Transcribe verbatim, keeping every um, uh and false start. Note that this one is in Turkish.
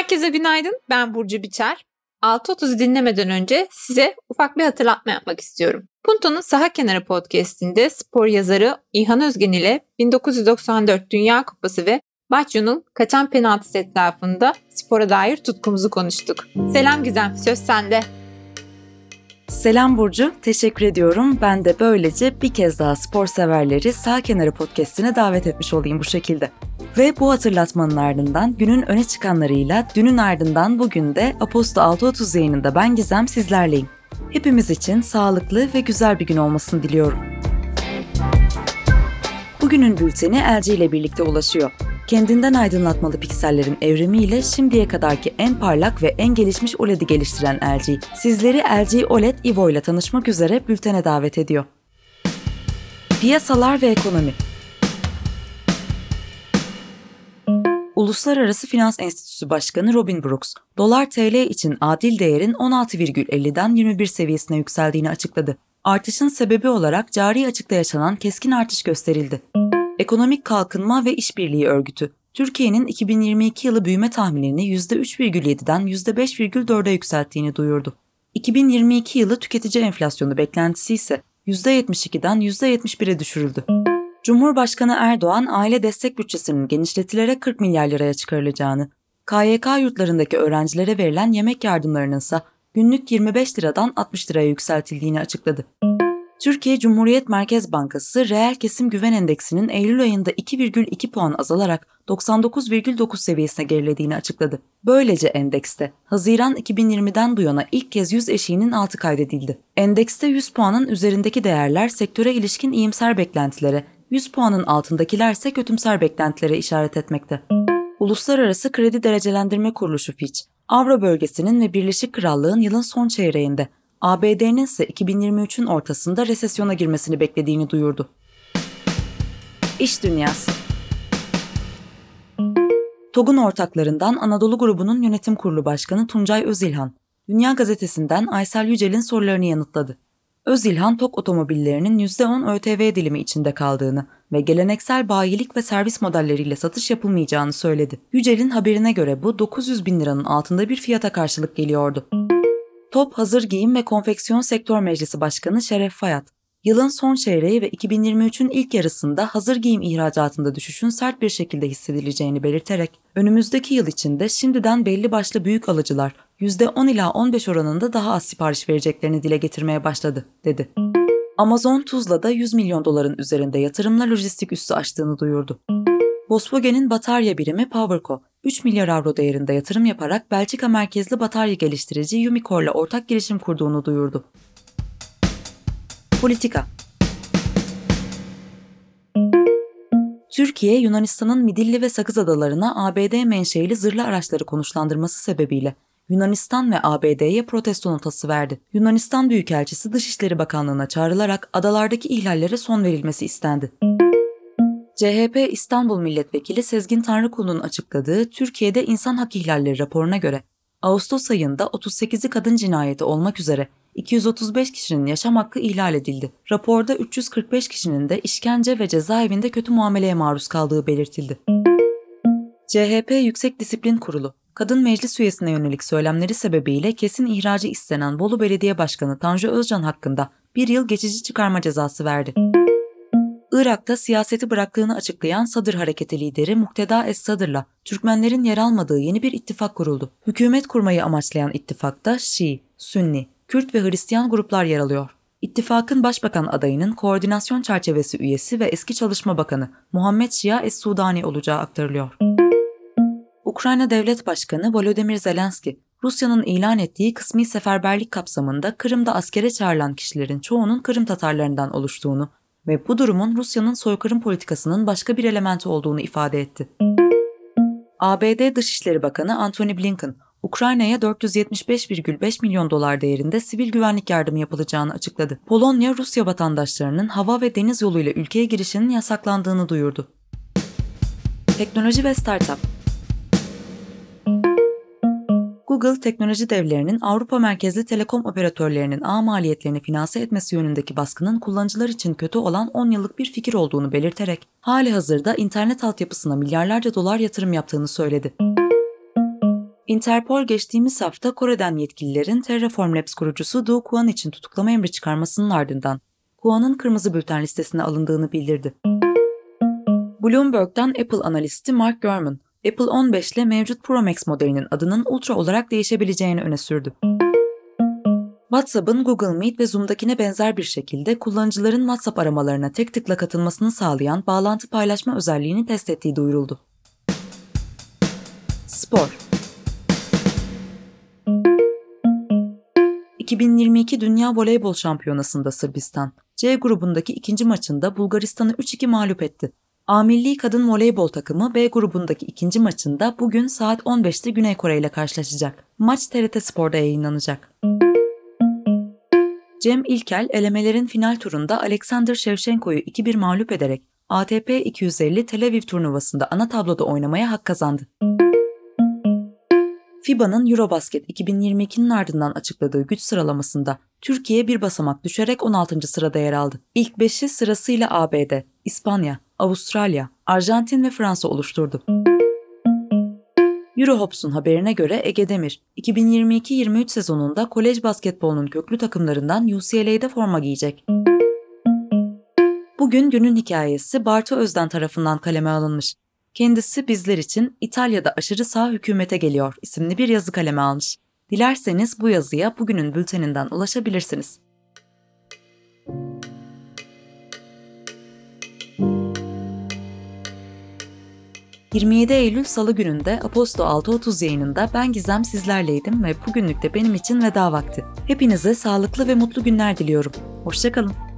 Herkese günaydın, ben Burcu Biçer. altı otuz dinlemeden önce size ufak bir hatırlatma yapmak istiyorum. Punto'nun Saha Kenarı podcast'inde spor yazarı İlhan Özgen ile bin dokuz yüz doksan dört Dünya Kupası ve Baggio'nun kaçan penaltısı etrafında spora dair tutkumuzu konuştuk. Selam Gizem, söz sende. Selam Burcu, teşekkür ediyorum. Ben de böylece bir kez daha spor severleri Saha Kenarı podcast'ine davet etmiş olayım bu şekilde. Ve bu hatırlatmanın ardından günün öne çıkanlarıyla dünün ardından bugün de Aposto altı otuz yayınında ben Gizem sizlerleyim. Hepimiz için sağlıklı ve güzel bir gün olmasını diliyorum. Bugünün bülteni L G ile birlikte ulaşıyor. Kendinden aydınlatmalı piksellerin evrimiyle şimdiye kadarki en parlak ve en gelişmiş O L E D'i geliştiren L G, sizleri L G O L E D Evo ile tanışmak üzere bültene davet ediyor. Piyasalar ve ekonomi. Uluslararası Finans Enstitüsü Başkanı Robin Brooks, dolar T L için adil değerin on altı virgül elliden yirmi bir seviyesine yükseldiğini açıkladı. Artışın sebebi olarak cari açıkta yaşanan keskin artış gösterildi. Ekonomik Kalkınma ve İşbirliği Örgütü, Türkiye'nin iki bin yirmi iki yılı büyüme tahminini yüzde üç virgül yediden yüzde beş virgül dörde yükselttiğini duyurdu. iki bin yirmi iki yılı tüketici enflasyonu beklentisi ise yüzde yetmiş ikiden yüzde yetmiş bire düşürüldü. Cumhurbaşkanı Erdoğan, aile destek bütçesinin genişletilerek kırk milyar liraya çıkarılacağını, K Y K yurtlarındaki öğrencilere verilen yemek yardımlarının ise günlük yirmi beş liradan altmış liraya yükseltildiğini açıkladı. Türkiye Cumhuriyet Merkez Bankası, reel kesim güven endeksinin Eylül ayında iki virgül iki puan azalarak doksan dokuz virgül dokuz seviyesine gerilediğini açıkladı. Böylece endekste Haziran iki bin yirmiden bu yana ilk kez yüz eşiğinin altı kaydedildi. Endekste yüz puanın üzerindeki değerler sektöre ilişkin iyimser beklentilere, yüz puanın altındakiler ise kötümser beklentilere işaret etmekte. Uluslararası Kredi Derecelendirme Kuruluşu Fitch, Avro bölgesinin ve Birleşik Krallığın yılın son çeyreğinde, A B D'nin ise iki bin yirmi üçün ortasında resesyona girmesini beklediğini duyurdu. İş dünyası. TOG'un ortaklarından Anadolu Grubu'nun yönetim kurulu başkanı Tuncay Özilhan, Dünya Gazetesi'nden Aysel Yücel'in sorularını yanıtladı. Özilhan, TOG otomobillerinin yüzde on ÖTV dilimi içinde kaldığını ve geleneksel bayilik ve servis modelleriyle satış yapılmayacağını söyledi. Yücel'in haberine göre bu dokuz yüz bin liranın altında bir fiyata karşılık geliyordu. TOP Hazır Giyim ve Konfeksiyon Sektör Meclisi Başkanı Şeref Fayat, yılın son çeyreği ve iki bin yirmi üçün ilk yarısında hazır giyim ihracatında düşüşün sert bir şekilde hissedileceğini belirterek, önümüzdeki yıl içinde şimdiden belli başlı büyük alıcılar yüzde on ila on beş oranında daha az sipariş vereceklerini dile getirmeye başladı, dedi. Amazon Tuzla'da yüz milyon doların üzerinde yatırımla lojistik üssü açtığını duyurdu. Volkswagen'in batarya birimi PowerCo, üç milyar avro değerinde yatırım yaparak Belçika merkezli batarya geliştirici Umicore'la ortak girişim kurduğunu duyurdu. Politika. Türkiye, Yunanistan'ın Midilli ve Sakız Adalarına A B D menşeili zırhlı araçları konuşlandırması sebebiyle Yunanistan ve A B D'ye protesto notası verdi. Yunanistan Büyükelçisi Dışişleri Bakanlığı'na çağrılarak adalardaki ihlallere son verilmesi istendi. C H P İstanbul Milletvekili Sezgin Tanrıkulu'nun açıkladığı Türkiye'de İnsan Hak İhlalleri raporuna göre Ağustos ayında otuz sekizi kadın cinayeti olmak üzere iki yüz otuz beş kişinin yaşam hakkı ihlal edildi. Raporda üç yüz kırk beş kişinin de işkence ve cezaevinde kötü muameleye maruz kaldığı belirtildi. C H P Yüksek Disiplin Kurulu, kadın meclis üyesine yönelik söylemleri sebebiyle kesin ihracı istenen Bolu Belediye Başkanı Tanju Özcan hakkında bir yıl geçici çıkarma cezası verdi. Irak'ta siyaseti bıraktığını açıklayan Sadr Hareketi lideri Mukteda Es-Sadr'la Türkmenlerin yer almadığı yeni bir ittifak kuruldu. Hükümet kurmayı amaçlayan ittifakta Şii, Sünni, Kürt ve Hristiyan gruplar yer alıyor. İttifakın başbakan adayının koordinasyon çerçevesi üyesi ve eski Çalışma Bakanı Muhammed Şia Es-Sudani olacağı aktarılıyor. Ukrayna Devlet Başkanı Volodymyr Zelenski, Rusya'nın ilan ettiği kısmi seferberlik kapsamında Kırım'da askere çağrılan kişilerin çoğunun Kırım Tatarlarından oluştuğunu ve bu durumun Rusya'nın soykırım politikasının başka bir elementi olduğunu ifade etti. A B D Dışişleri Bakanı Antony Blinken, Ukrayna'ya dört yüz yetmiş beş virgül beş milyon dolar değerinde sivil güvenlik yardımı yapılacağını açıkladı. Polonya, Rusya vatandaşlarının hava ve deniz yoluyla ülkeye girişinin yasaklandığını duyurdu. Teknoloji ve Startup. Google, teknoloji devlerinin Avrupa merkezli telekom operatörlerinin ağ maliyetlerini finanse etmesi yönündeki baskının kullanıcılar için kötü olan on yıllık bir fikir olduğunu belirterek, halihazırda internet altyapısına milyarlarca dolar yatırım yaptığını söyledi. Interpol geçtiğimiz hafta Kore'den yetkililerin Terraform Labs kurucusu Do Kwon için tutuklama emri çıkarmasının ardından Kwon'un kırmızı bülten listesine alındığını bildirdi. Bloomberg'dan Apple analisti Mark Gurman, Apple on beş ile mevcut Pro Max modelinin adının Ultra olarak değişebileceğini öne sürdü. WhatsApp'ın Google Meet ve Zoom'dakine benzer bir şekilde kullanıcıların WhatsApp aramalarına tek tıkla katılmasını sağlayan bağlantı paylaşma özelliğini test ettiği duyuruldu. Spor. iki bin yirmi iki Dünya Voleybol Şampiyonası'nda Sırbistan, C grubundaki ikinci maçında Bulgaristan'ı üç iki mağlup etti. A Milli Kadın Voleybol takımı B grubundaki ikinci maçında bugün saat on beşte Güney Kore ile karşılaşacak. Maç T R T Spor'da yayınlanacak. Cem İlkel, elemelerin final turunda Alexander Shevchenko'yu iki bir mağlup ederek A T P iki yüz elli Tel Aviv turnuvasında ana tabloda oynamaya hak kazandı. F I B A'nın Eurobasket iki bin yirmi ikinin ardından açıkladığı güç sıralamasında Türkiye bir basamak düşerek on altıncı sırada yer aldı. İlk beşi sırasıyla A B D, İspanya, Avustralya, Arjantin ve Fransa oluşturdu. Eurohops'un haberine göre Ege Demir, iki bin yirmi iki yirmi üç sezonunda kolej basketbolunun köklü takımlarından U C L A'de forma giyecek. Bugün günün hikayesi Bartu Özden tarafından kaleme alınmış. Kendisi bizler için İtalya'da aşırı sağ hükümete geliyor isimli bir yazı kaleme almış. Dilerseniz bu yazıya bugünün bülteninden ulaşabilirsiniz. yirmi yedi Eylül Salı gününde Aposto altı otuz yayınında ben Gizem sizlerleydim ve bugünlük de benim için veda vakti. Hepinize sağlıklı ve mutlu günler diliyorum. Hoşça kalın.